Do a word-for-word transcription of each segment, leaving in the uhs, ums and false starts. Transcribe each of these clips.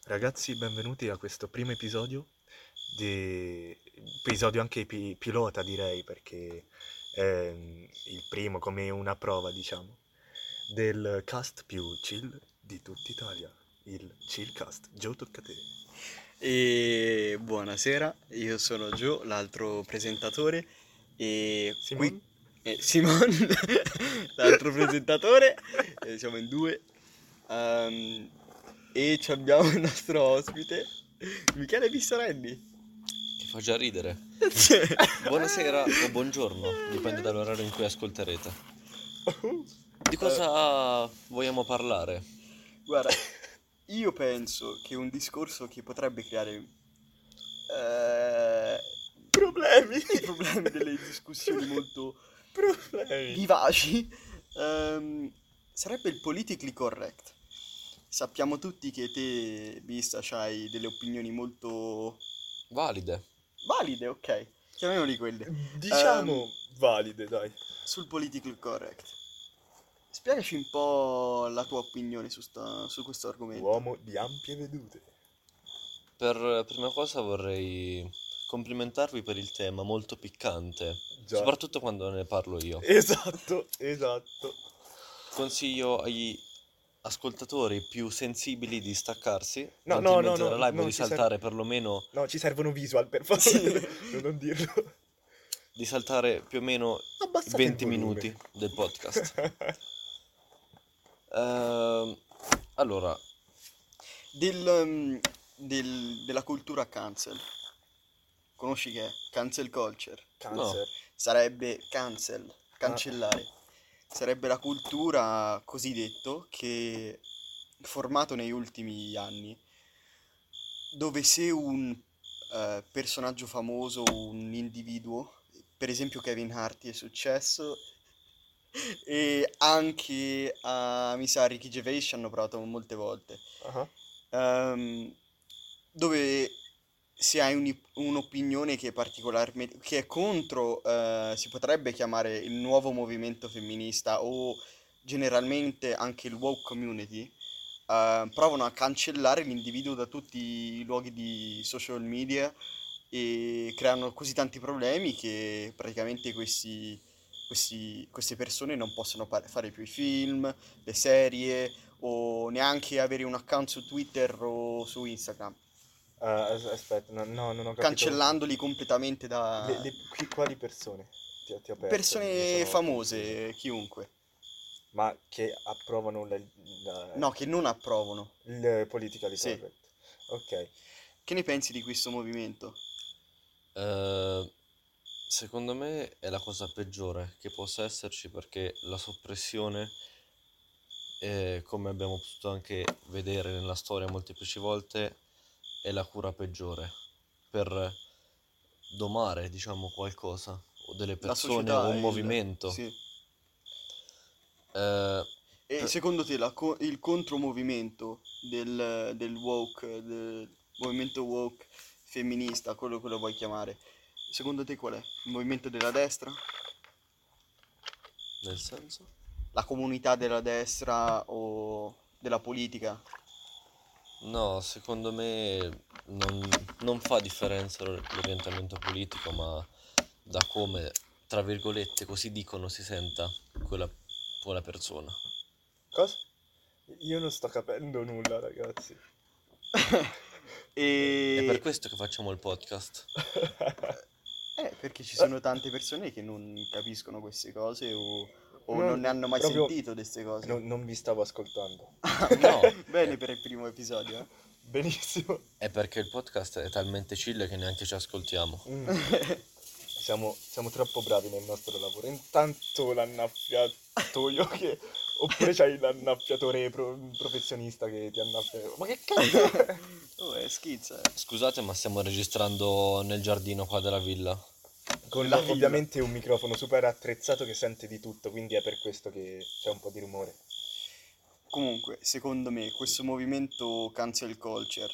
Ragazzi, benvenuti a questo primo episodio, di... episodio anche pi- pilota direi, perché è mm, il primo come una prova, diciamo, del cast più chill di tutta Italia, il Chillcast. Joe, tocca a te. E buonasera, io sono Gio, l'altro presentatore, e qui Simon? è Simon, l'altro presentatore, e siamo in due. Ehm, e ci abbiamo il nostro ospite, Michele Pissarenni. Che fa già ridere. Buonasera o buongiorno, dipende dall'orario in cui ascolterete. Di Eh, cosa vogliamo parlare? Guarda, io penso che un discorso che potrebbe creare eh, Problemi! dei problemi, delle discussioni molto Problemi! vivaci, ehm, sarebbe il politically correct. Sappiamo tutti che te, Bista, hai delle opinioni molto Valide. valide, ok, chiamiamoli quelle, ehm, Diciamo valide, dai. sul political correct. Spiegaci un po' la tua opinione su, sta- su questo argomento. Uomo di ampie vedute. Per prima cosa vorrei complimentarvi per il tema molto piccante, Già. soprattutto quando ne parlo io. Esatto, esatto. Consiglio agli ascoltatori più sensibili di staccarsi No, no, durante il no, mezzo no, della live o no, di ci serve. saltare perlomeno No, ci servono visual, per Sì. favore. No, non dirlo. di saltare più o meno i Abbassate il venti minuti volume. del podcast. Ehm, allora, Del, ehm, del- della cultura cancel. Conosci che è? Cancel culture. no, Cancer. Sarebbe cancel, Ah, cancellare. Sarebbe la cultura cosiddetto che formato negli ultimi anni, dove se un eh, personaggio famoso, un individuo, per esempio Kevin Hart è successo, e anche a mi sa Ricky Gervais ci hanno provato molte volte, ah. ehm, dove se hai un'i- un'opinione che è particolarmente, che è contro, eh, si potrebbe chiamare il nuovo movimento femminista o generalmente anche il woke community, eh, provano a cancellare l'individuo da tutti i luoghi di social media e creano così tanti problemi che praticamente questi, questi- queste persone non possono pa- fare più i film, le serie o neanche avere un account su Twitter o su Instagram, Ah, as- aspetta, no, no, non ho capito. cancellandoli completamente Le, da le- qui, quali persone? Ti, ho ti ho perso, mi persone sono confuso. famose, chiunque. Ma che approvano la- la- No, che non approvano. il politically Sì. correct. Ok. Che ne pensi di questo movimento? eh, secondo me è la cosa peggiore che possa esserci perché la soppressione, eh, come abbiamo potuto anche vedere nella storia molteplici volte, è la cura peggiore per domare, diciamo, qualcosa o delle La persone o società un e il... movimento. Sì. Eh, E per- secondo te la co- il contromovimento del, del woke, del movimento woke femminista, quello che lo vuoi chiamare, secondo te qual è? Il movimento della destra? nel senso? La comunità della destra o della politica? No, secondo me non, non fa differenza l'or- l'orientamento politico, ma da come, tra virgolette, così dicono, si senta quella, quella persona. Cosa? Io non sto capendo nulla, ragazzi. È per E... questo che facciamo il podcast. Eh, perché ci sono tante persone che non capiscono queste cose o, o No, non ne hanno mai proprio sentito queste cose. non, non vi stavo ascoltando. No, Bene è, per il primo episodio, eh? Benissimo. è perché il podcast è talmente chill che neanche ci ascoltiamo. Mm. Siamo, siamo troppo bravi nel nostro lavoro. Intanto l'annaffiatoio che... Oppure c'hai l'annaffiatore pro- professionista che ti annaffia... Ma che cazzo è? Oh, è schizza, eh. Scusate, ma stiamo registrando nel giardino qua della villa. Con Nella villa. ovviamente un microfono super attrezzato che sente di tutto, quindi è per questo che c'è un po' di rumore. Comunque, secondo me, questo movimento cancel culture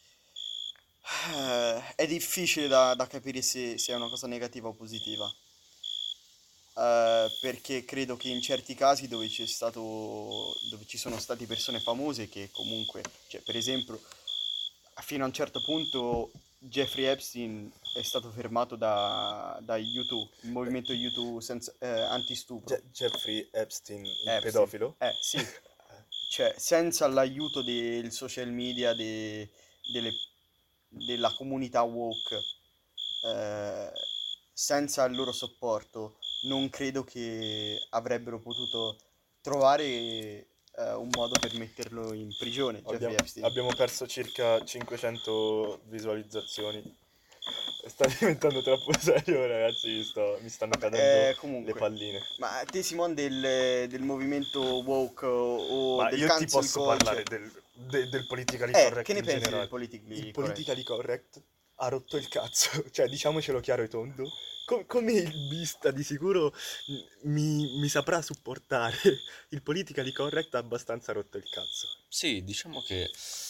eh, è difficile da, da capire se, se è una cosa negativa o positiva. Eh, perché credo che in certi casi dove c'è stato, dove ci sono state persone famose che comunque, cioè per esempio, fino a un certo punto Jeffrey Epstein è stato fermato da, da U due, il movimento U due senza, eh, antistupro. Je- Jeffrey Epstein, il Epstein. pedofilo? Eh sì, cioè senza l'aiuto del social media, de- delle- della comunità woke, eh, senza il loro supporto, non credo che avrebbero potuto trovare eh, un modo per metterlo in prigione, Jeffrey Abbiamo, Epstein. abbiamo perso circa cinquecento visualizzazioni. Sta diventando troppo serio, ragazzi. Mi, sto- mi stanno Vabbè, cadendo eh, comunque. le palline. Ma te, Simon, del, del movimento woke o Ma del io ti cancel posso culture, parlare del, de- del politically Eh, correct che ne in pensi del generale. politically Il correct? politically correct ha rotto il cazzo. Cioè, diciamocelo chiaro e tondo. Co- come il Vista di sicuro m- mi, mi saprà supportare. Il politically correct ha abbastanza rotto il cazzo. Sì, diciamo che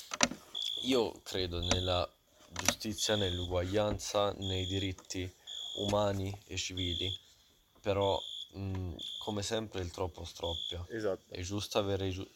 io credo nella giustizia, nell'uguaglianza, nei diritti umani e civili, però mh, come sempre il troppo stroppia. Esatto. È giusto avere i, giu-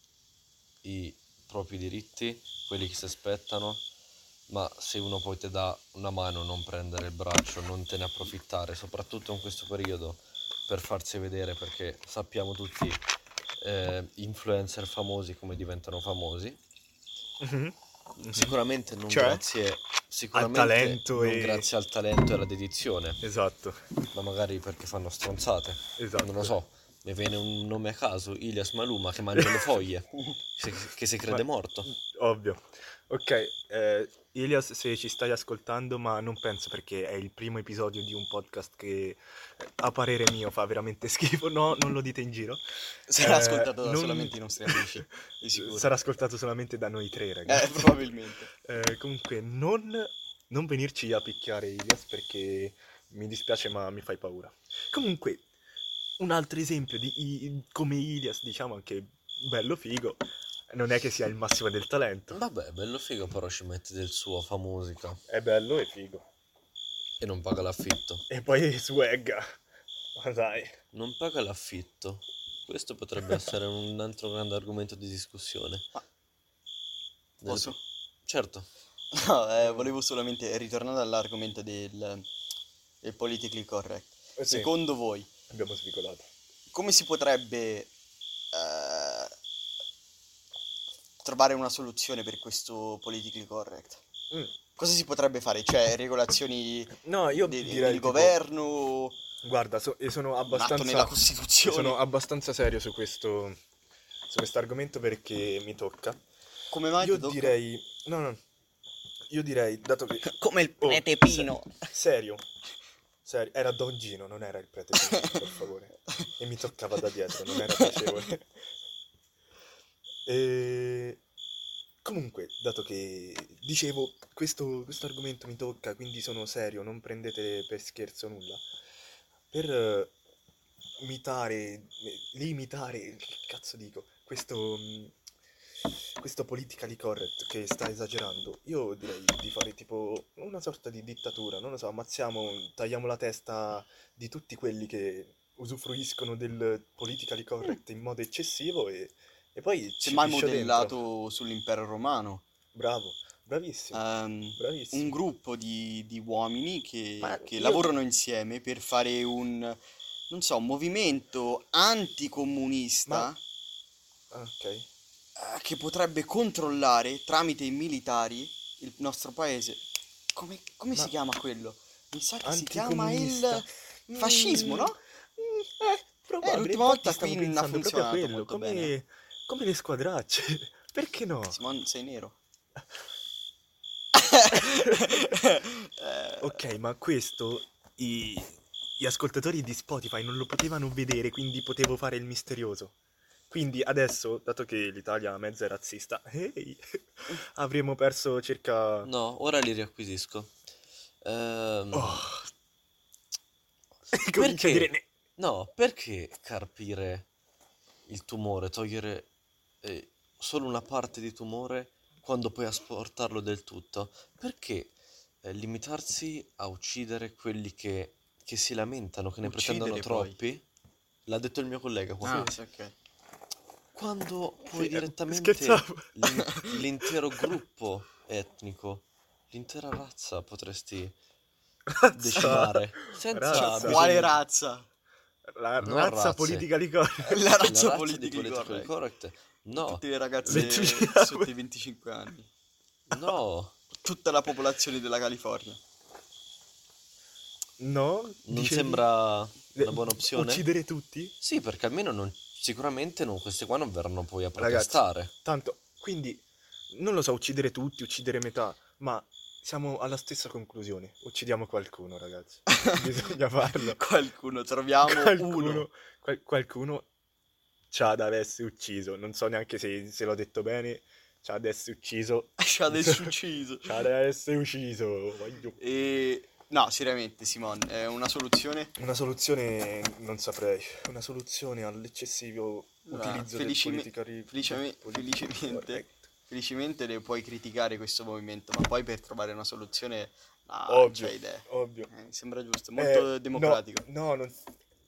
i propri diritti, quelli che si aspettano, ma se uno poi ti dà una mano, non prendere il braccio, non te ne approfittare, soprattutto in questo periodo, per farsi vedere, perché sappiamo tutti eh, influencer famosi come diventano famosi. Mhm. Mhm. Sicuramente non Cioè? grazie, sicuramente talento non e- grazie al talento e alla dedizione, Esatto. ma magari perché fanno stronzate. Esatto. Non lo so, mi viene un nome a caso, Ilias Maluma che mangia le foglie, che, che si crede Ma- morto. Ovvio. Ok, eh, Ilias, se ci stai ascoltando, ma non penso perché è il primo episodio di un podcast che, eh, a parere mio, fa veramente schifo. No, non lo dite in giro. Sarà Eh, ascoltato da non- solamente i nostri amici, di sicuro. Sarà ascoltato solamente da noi tre, Eh, ragazzi. probabilmente. Eh, comunque, non, non venirci a picchiare, Ilias, perché mi dispiace, ma mi fai paura. Comunque, un altro esempio di I- come Ilias, diciamo anche bello figo, non è che sia il massimo del talento. Vabbè, bello figo, però ci mette del suo, fa musica È bello e figo. e non paga l'affitto. E poi swagga. Ma dai. Non paga l'affitto. Questo potrebbe essere un altro grande argomento di discussione. Ah, Nel- posso? Certo. No, eh, volevo solamente, ritornando all'argomento del, del politically correct. Eh sì, Secondo voi, abbiamo svicolato. come si potrebbe eh, trovare una soluzione per questo politically correct? Mm. Cosa si potrebbe fare? Cioè, regolazioni No, io de- direi del tipo- governo, Guarda, so- e sono un atto abbastanza... nella Costituzione? Sono abbastanza serio su questo, su questo argomento perché mi tocca. Come mai Io ti tocca? direi... No, no. Io direi, dato che... Come il Oh, prete Pino. se- serio. Serio. Era Don Gino, non era il prete Pino, per favore. E mi toccava da dietro, non era piacevole. E... Comunque, dato che dicevo, questo, questo argomento mi tocca, quindi sono serio, non prendete per scherzo nulla. Per eh, mitare, eh, limitare, che cazzo dico, questo, mh, questo politically correct che sta esagerando, io direi di fare tipo una sorta di dittatura, non lo so, ammazziamo, tagliamo la testa di tutti quelli che usufruiscono del politically correct in modo eccessivo e, e poi ci Semmai piscio dentro. modellato sull'impero romano. Bravo, bravissimo, Ehm, bravissimo. un gruppo di, di uomini che, Ma che io- lavorano insieme per fare un, non so, un movimento anticomunista Ma- Ah, ok. eh, che potrebbe controllare tramite i militari il nostro paese. Come, come Ma- si chiama quello? Mi sa che si chiama Anticomunista. il fascismo, no? Mm, eh, probabile. l'ultima Infatti volta stavo qui non ha pensando proprio a funzionato quello, molto come, bene. come le squadracce. Perché no? Simon, sei nero. Eh, Ok, ma questo i, gli ascoltatori di Spotify non lo potevano vedere, quindi potevo fare il misterioso. Quindi adesso, dato che l'Italia mezza è razzista, ehi, avremo perso circa... No, ora li riacquisisco. Ehm, Oh. Comincia a Perché? dire... ne- No, perché carpire il tumore, togliere eh, solo una parte di tumore quando puoi asportarlo del tutto? Perché eh, limitarsi a uccidere quelli che, che si lamentano, che ne pretendono Uccidere poi. troppi? L'ha detto il mio collega qua. Ah, sì, ok. quando puoi Sì, eh, direttamente scherzavo. l'in- l'intero gruppo etnico, l'intera razza potresti Razza. decimare senza Razza. bisogno Quale di... razza? La Non razza razze, politica di correct. La la razza razza di politica politically correct. correct. No, Tutte le ragazze venticinque. sotto i venticinque anni. no, Tutta la popolazione della California. No, non dicevi sembra eh, una buona opzione? uccidere tutti? Sì, perché almeno non, sicuramente non, queste qua non verranno poi a Ragazzi, protestare. tanto, quindi, non lo so, uccidere tutti, uccidere metà, ma siamo alla stessa conclusione. Uccidiamo qualcuno, ragazzi. Bisogna farlo. Qualcuno, troviamo Qualcuno, uno. qual- qualcuno c'ha da essere ucciso. Non so neanche se, se l'ho detto bene. C'ha da essere ucciso. Ci ha adesso ucciso. C'ha da essere ucciso. Voglio- E... No, seriamente, Simon, è una soluzione? Una soluzione, non saprei. Una soluzione all'eccessivo Allora, utilizzo felicime- del politicari... felicime- politically felicemente, correct. felicemente ne puoi criticare questo movimento, ma poi per trovare una soluzione, no, non Ovvio, c'è idea. ovvio. Eh, mi sembra giusto, molto Eh, democratico. No, no, non...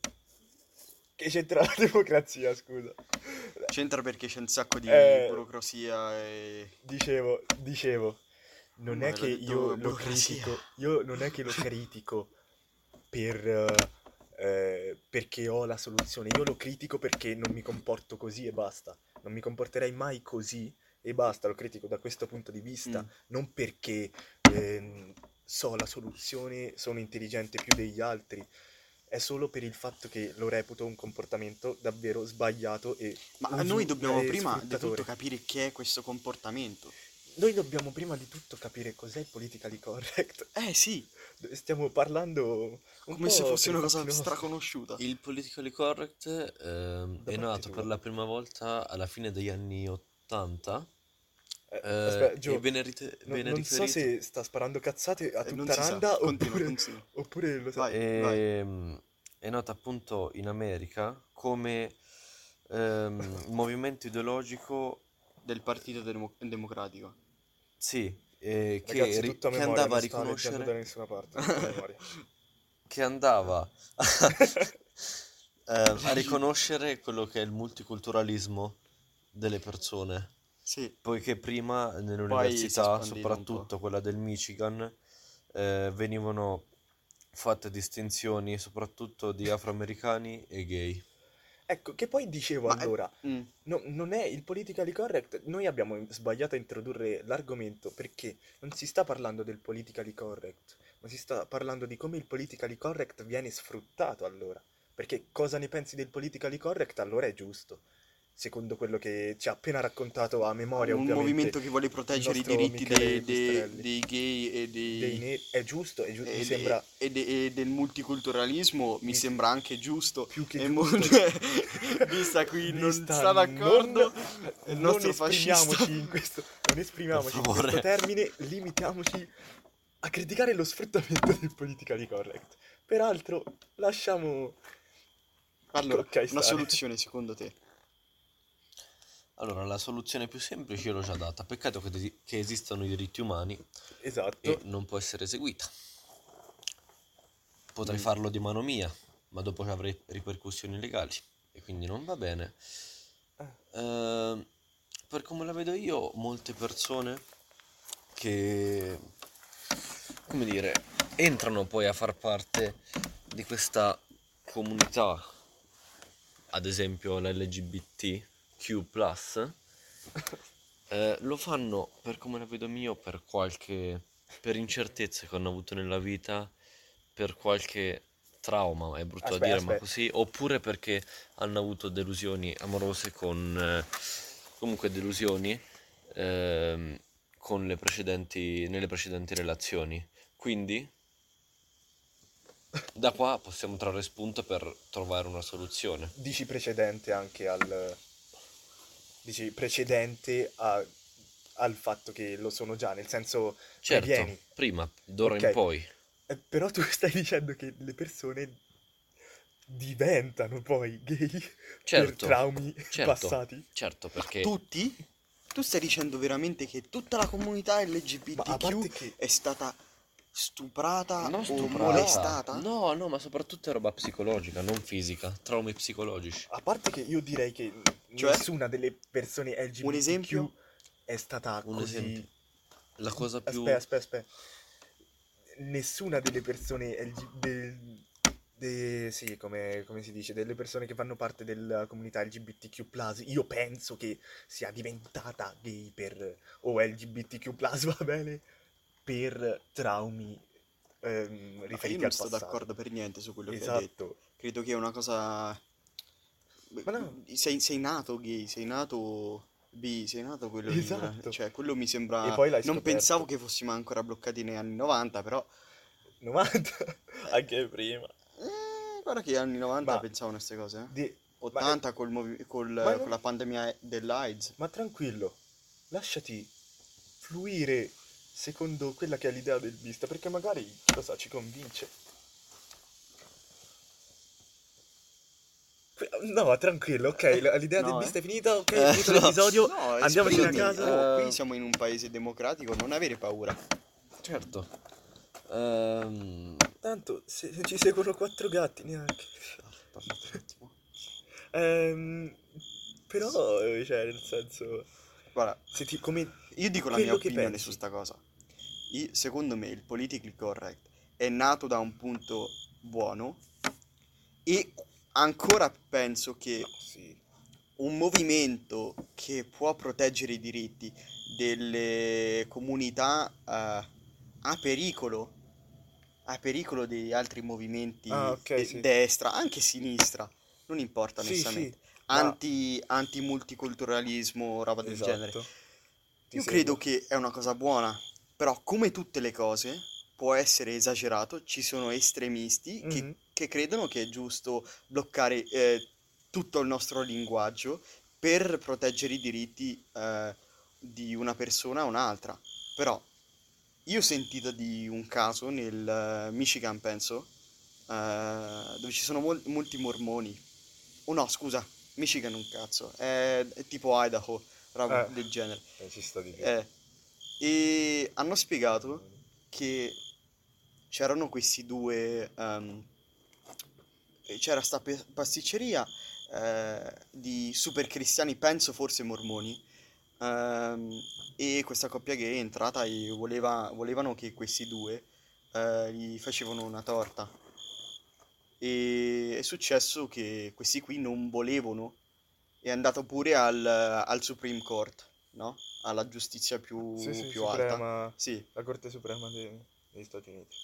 Che c'entra la democrazia, scusa. C'entra perché c'è un sacco di Eh, burocrazia e... Dicevo, dicevo, non Ma è l'ho che detto io lo burocrazia. critico, io non è che lo critico per, eh, eh, perché ho la soluzione, io lo critico perché non mi comporto così e basta, non mi comporterei mai così e basta, lo critico da questo punto di vista, Mm. non perché ehm, so la soluzione, sono intelligente più degli altri, è solo per il fatto che lo reputo un comportamento davvero sbagliato e Ma usu- noi dobbiamo e prima di tutto sfruttatore. capire che è questo comportamento. Noi dobbiamo prima di tutto capire cos'è il politically correct. Eh sì, Stiamo parlando un come se po' fosse per una i cosa fatti nostri. straconosciuta. Il politically correct ehm, Da è parte nato per tua. la prima volta alla fine degli anni ottanta Eh, eh, aspetta, e Gio, viene, rite- no- viene non so riferito... se sta sparando cazzate a Eh, non tutta si sa, randa continua, oppure, continua. oppure lo sa. Vai, vai. Ehm, è nata appunto in America come ehm, movimento ideologico, Del Partito Demo- Democratico. sì, eh, che, Ragazzi, ri- tutto a che memoria, andava a non sta leggendo da riconoscere, nessuna parte, tutto a memoria. che andava a, ehm, a riconoscere quello che è il multiculturalismo delle persone. Sì, Poiché prima nelle poi si è università, espandito un po'. soprattutto quella del Michigan, eh, venivano fatte distinzioni soprattutto di afroamericani e gay. Ecco, che poi dicevo Ma... eh, allora, mm, no- non è il politically correct, noi abbiamo sbagliato a introdurre l'argomento perché non si sta parlando del politically correct, ma si sta parlando di come il politically correct viene sfruttato allora. Perché cosa ne pensi del politically correct allora è giusto, secondo quello che ci ha appena raccontato a memoria un ovviamente movimento che vuole il proteggere i nostro diritti Michele dei, dei- Pistrelli. dei gay e Dei dei... neri, è giusto, è giusto, mi E, sembra e- e de- e del multiculturalismo mi mi- sembra anche giusto più che e mo- giusto. vista qui non Vista sta d'accordo non, il non nostro fascista. esprimiamoci in questo, non Per esprimiamoci in questo favore. termine, limitiamoci a criticare lo sfruttamento del politically correct. Peraltro, lasciamo Allora, ok una stare. soluzione secondo te? Allora, la soluzione più semplice io l'ho già data. Peccato che, desi- che esistano i diritti umani e Esatto. non può essere eseguita. Potrei Mm. farlo di mano mia, ma dopo avrei ripercussioni legali e quindi non va bene. Ehm, per come la vedo io, molte persone che, come dire, entrano poi a far parte di questa comunità, ad esempio l'L G B T Q plus, eh, lo fanno, per come la vedo io, per qualche, per incertezze che hanno avuto nella vita, per qualche trauma, è brutto da Aspetta, dire, ma aspetta. così, oppure perché hanno avuto delusioni amorose con, eh, comunque delusioni ehm, con le precedenti, nelle precedenti relazioni. Quindi, da qua possiamo trarre spunto per trovare una soluzione. Dici precedente anche al... Dici precedente a- al fatto che lo sono già, nel senso Certo, previeni. prima, d'ora in Ok. poi. Eh, però tu stai dicendo che le persone diventano poi gay per Certo, traumi certo, passati. certo, perché Tutti? Tu stai dicendo veramente che tutta la comunità Ma a parte L G B T Q che... è stata stuprata Non o stuprata. molestata? No, no, ma soprattutto è roba psicologica, non fisica, traumi psicologici. A parte che io direi che Cioè? nessuna delle persone Un L G B T Q esempio? è stata Un così... esempio. La cosa più... Aspetta, aspetta, aspetta. Nessuna delle persone L G del- de- sì, come, come si dice, delle persone che fanno parte della comunità L G B T Q plus, io penso che sia diventata gay per... o L G B T Q plus, va bene? Per traumi ehm, No, io riferiti non al sto passato. d'accordo per niente su quello che hai detto. Esatto. Credo che è una cosa... Ma no, Sei, sei nato gay, sei nato bi, sei nato quello libero. esatto. Cioè, quello mi E sembra... poi l'hai Non scoperto. pensavo che fossimo ancora bloccati negli anni novanta, però... novanta? Anche prima. Eh, guarda che anni novanta Ma, pensavano a queste cose, eh. di, ma, eh, ottanta col movi- col- ma con non- la pandemia dell'AIDS. ma tranquillo, lasciati fluire secondo quella che è l'idea del Beast, perché magari, chi lo sa, ci convince. Que- No, tranquillo, ok, l- l'idea del No, Beast eh? è finita, ok, è Eh, finito no. l'episodio, No, andiamocene a esprimi. casa. Oh, qui Eh, siamo in un paese democratico, non avere paura. certo. Ehm, Tanto, se, se ci seguono quattro gatti neanche. Parlate un attimo. Ehm, però, eh, cioè, nel senso, Guarda, se ti, come io dico la mia quello che opinione su pensi. sta cosa. Io- secondo me il politically correct è nato da un punto buono e ancora penso che No, sì. un movimento che può proteggere i diritti delle comunità eh, a pericolo, a pericolo di altri Ah, movimenti ok, de- sì. destra, anche sinistra, non importa Sì, sì, onestamente, ma anti, anti-multiculturalismo, roba del genere. esatto, ti Io credo seguo. che è una cosa buona, però come tutte le cose può essere esagerato, ci sono estremisti che, Mhm. che credono che è giusto bloccare eh, tutto il nostro linguaggio per proteggere i diritti eh, di una persona a un'altra. Però io ho sentito di un caso nel eh, Michigan, penso, eh, dove ci sono mol- molti mormoni. Oh no, scusa, Michigan un cazzo, è, è tipo Idaho, roba Eh, del genere. eh, ci sta di più. Eh, e hanno spiegato che c'erano questi due, ehm, c'era sta pe- pasticceria eh, di super cristiani, penso forse mormoni, ehm, e questa coppia gay è entrata e voleva- volevano che questi due eh, gli facevano una torta. E è successo che questi qui non volevano, è andato pure al, al Supreme Court, no? Alla giustizia Sì, più, sì, più alta. Suprema, Sì, la Corte Suprema de- degli Stati Uniti.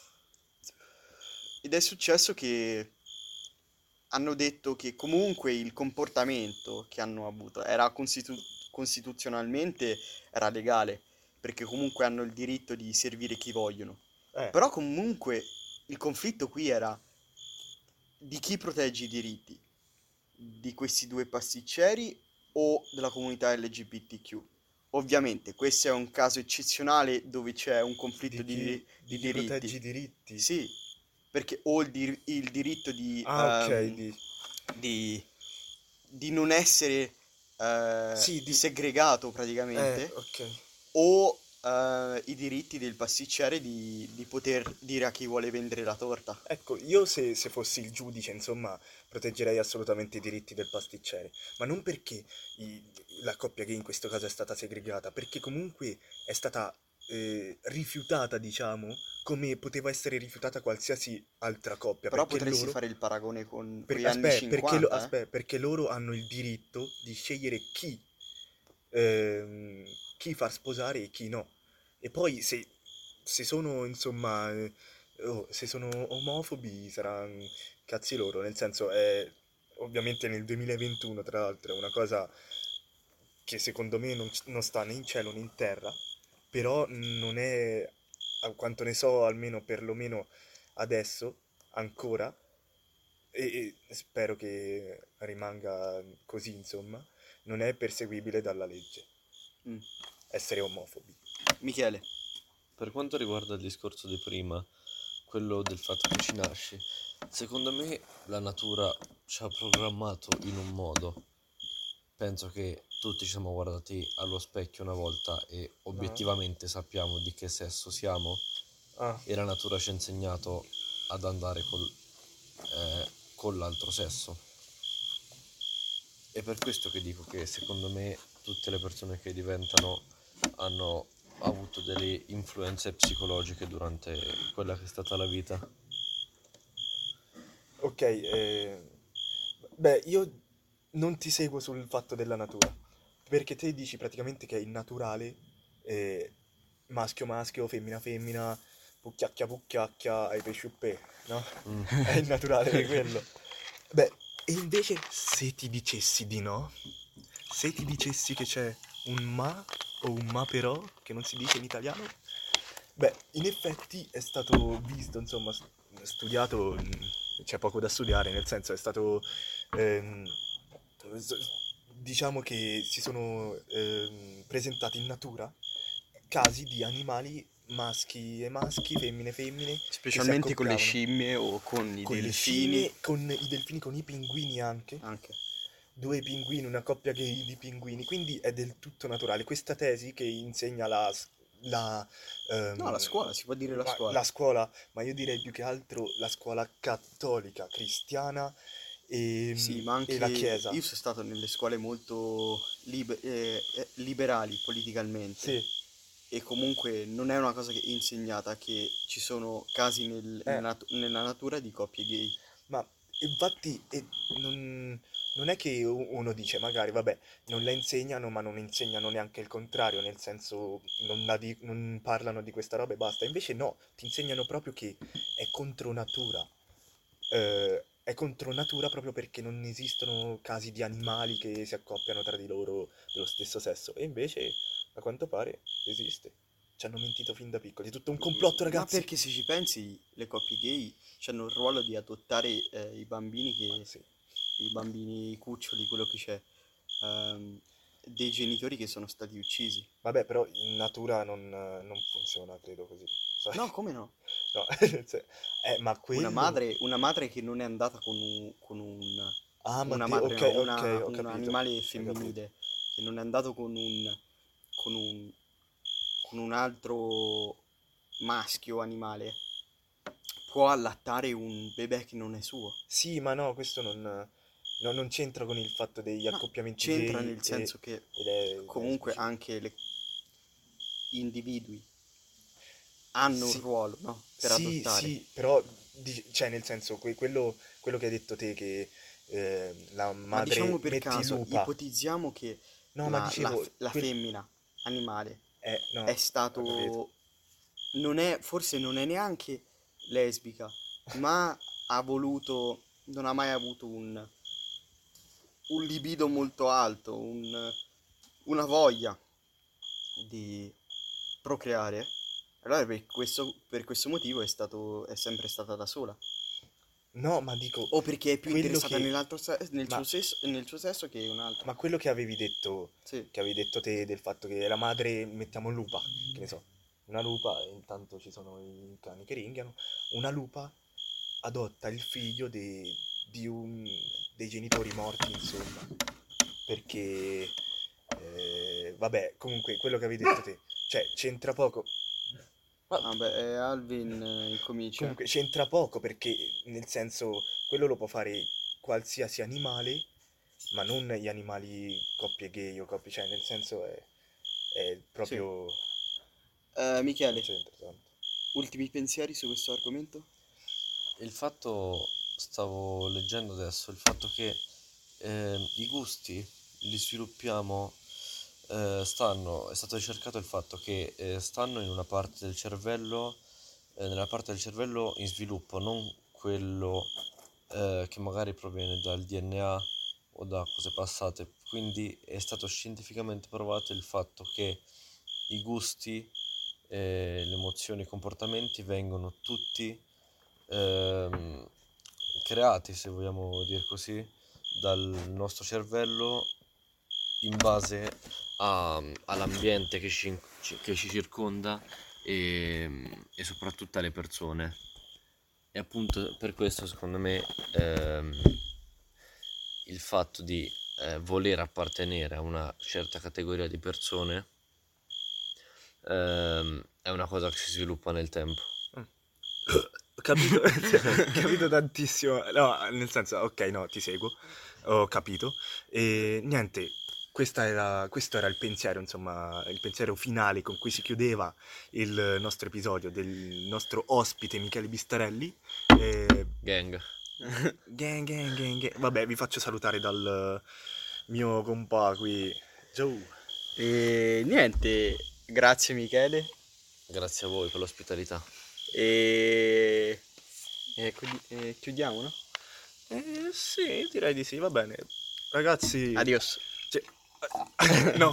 ed è successo che hanno detto che comunque il comportamento che hanno avuto era costitu- costituzionalmente era legale, perché comunque hanno il diritto di servire chi vogliono. Eh, Però comunque il conflitto qui era di chi protegge i diritti? Di questi due pasticceri o della comunità L G B T Q? Ovviamente, questo è un caso eccezionale dove c'è un conflitto di di, chi, di di chi protegge diritti. i diritti. Sì, perché o il, dir- il diritto di, Ah, ok, ehm, di... di, di non essere eh, Sì, di... segregato Eh, praticamente, ok. o eh, i diritti del pasticcere di, di poter dire a chi vuole vendere la torta. Ecco, io se, se fossi il giudice, insomma, proteggerei assolutamente i diritti del pasticcere, ma non perché i- la coppia gay in questo caso è stata segregata, perché comunque è stata eh, rifiutata, diciamo, come poteva essere rifiutata qualsiasi altra coppia, Però perché potresti loro, fare il paragone con, con per- gli anni aspetta, perché, lo- cinquanta, eh? aspetta, perché loro hanno il diritto di scegliere chi, ehm, chi far sposare e chi no. E poi se, se sono, insomma, eh, oh, se sono omofobi saranno cazzi loro, nel senso è ovviamente nel duemilaventuno, tra l'altro, è una cosa che secondo me non, non sta né in cielo né in terra, però non è, a quanto ne so, almeno perlomeno adesso, ancora, e, e spero che rimanga così, insomma, non è perseguibile dalla legge Mm. essere omofobi. Michele, Per quanto riguarda il discorso di prima, quello del fatto che ci nasci, secondo me la natura ci ha programmato in un modo. Penso che tutti ci siamo guardati allo specchio una volta e No? obiettivamente sappiamo di che sesso siamo. Ah, e la natura ci ha insegnato ad andare col, eh, con l'altro sesso. È per questo che dico che secondo me tutte le persone che diventano hanno avuto delle influenze psicologiche durante quella che è stata la vita. ok, eh, beh, io non ti seguo sul fatto della natura, perché te dici praticamente che è innaturale, eh, maschio maschio, femmina femmina, pucchiacchia pucchiacchia, ai pesciuppè, no? Mm. È innaturale per quello. Beh, e invece se ti dicessi di no, se ti dicessi che c'è un ma o un ma però, che non si dice in italiano, beh, in effetti è stato visto, insomma, s- studiato, mh, c'è poco da studiare, nel senso è stato, ehm, s- diciamo che si sono ehm, presentati in natura casi di animali maschi e maschi, femmine e femmine, che si Specialmente con le accoppiavano scimmie o con i con le delfini. scimmie, con i delfini, con i pinguini anche. Anche. Due pinguini, una coppia gay di pinguini, quindi è del tutto naturale. Questa tesi che insegna la, s- la, No, la ehm, scuola, si può dire la ma- scuola. la scuola, ma io direi più che altro la scuola cattolica, cristiana Sì, e, ma e la anche Chiesa. io sono stato nelle scuole molto libe- eh, eh, liberali politicamente Sì, e comunque non è una cosa che è insegnata che ci sono casi nel- nella, eh, nat- nella natura di coppie gay. ma infatti e non, non è che u- uno dice magari, vabbè, non la insegnano, ma non insegnano neanche il contrario, nel senso non, la di- non parlano di questa roba e basta. Invece no, ti insegnano proprio che è contro natura. Eh, è contro natura proprio perché non esistono casi di animali che si accoppiano tra di loro dello stesso sesso. E invece, a quanto pare, esiste. Ci hanno mentito fin da piccoli. È tutto un complotto, Ma ragazzi! perché se ci pensi, le coppie gay hanno il ruolo di adottare eh, i bambini che, Sì. i bambini i cuccioli, quello che c'è, ehm, dei genitori che sono stati uccisi. Vabbè, però in natura non, non funziona, credo così. Sai? No, come no? No, cioè, eh, ma Una quello... madre, una madre che non è andata con un, con un- Ah, ma una te... madre, Ok, no, ok, una- ho un capito. animale Ho capito. femminile, che non è andato con un, con un, con un altro maschio animale, può allattare un bebè che non è suo. Sì, ma no, questo non, no, non c'entra con il fatto degli No, accoppiamenti c'entra gay nel e, senso che e le- comunque lesbici. anche le- gli individui hanno un Sì, ruolo, no? Per sì, adottare. sì, però, di- cioè, nel senso, que- quello, quello che hai detto te, che eh, la Ma diciamo madre per metti caso, lupa. ipotizziamo che No, ma la, la dicevo, f- la quel... femmina animale Eh, è no, ho capito. stato, non è, forse non è neanche lesbica, ma ha voluto, non ha mai avuto un, un libido molto alto, un- una voglia di procreare. Allora per questo, per questo motivo è stato, è sempre stata da sola. No, ma dico, O perché è più quello interessata che... nell'altro se- nel Ma suo sesso, nel suo sesso che un altro. Ma quello che avevi detto, Sì, che avevi detto te del fatto che la madre, mettiamo lupa, che ne so, una lupa, e intanto ci sono i cani che ringhiano, una lupa adotta il figlio de- di un, dei genitori morti, insomma, perché, eh, vabbè, comunque quello che avevi detto te, cioè c'entra poco, ma vabbè, eh, Alvin eh, incomincia. comunque c'entra poco perché nel senso quello lo può fare qualsiasi animale, ma non gli animali coppie gay o coppie, cioè nel senso è, è Sì. proprio Eh, non Michele, c'entra tanto. ultimi pensieri su questo argomento? Il fatto, stavo leggendo adesso, il fatto che eh, i gusti li sviluppiamo, eh, stanno, è stato ricercato il fatto che eh, stanno in una parte del cervello, eh, nella parte del cervello in sviluppo, non quello eh, che magari proviene dal D N A o da cose passate. Quindi è stato scientificamente provato il fatto che i gusti, eh, le emozioni, i comportamenti vengono tutti ehm, creati, se vogliamo dire così, dal nostro cervello in base a- all'ambiente che ci, che ci circonda e, e soprattutto alle persone. E appunto per questo, secondo me, ehm, il fatto di eh, voler appartenere a una certa categoria di persone ehm, è una cosa che si sviluppa nel tempo. capito, capito tantissimo. No, nel senso, ok, no, ti seguo, ho capito. E niente, questa era, questo era il pensiero, insomma, il pensiero finale con cui si chiudeva il nostro episodio del nostro ospite Michele Bistarelli. E... Gang. Gang, gang, gang, gang. Vabbè, vi faccio salutare dal mio compà qui, Joe. E niente, grazie Michele. Grazie a voi per l'ospitalità. E, e quindi, e chiudiamo, no? Eh, sì, direi di sì, va bene. Ragazzi... Adios. Cioè, no.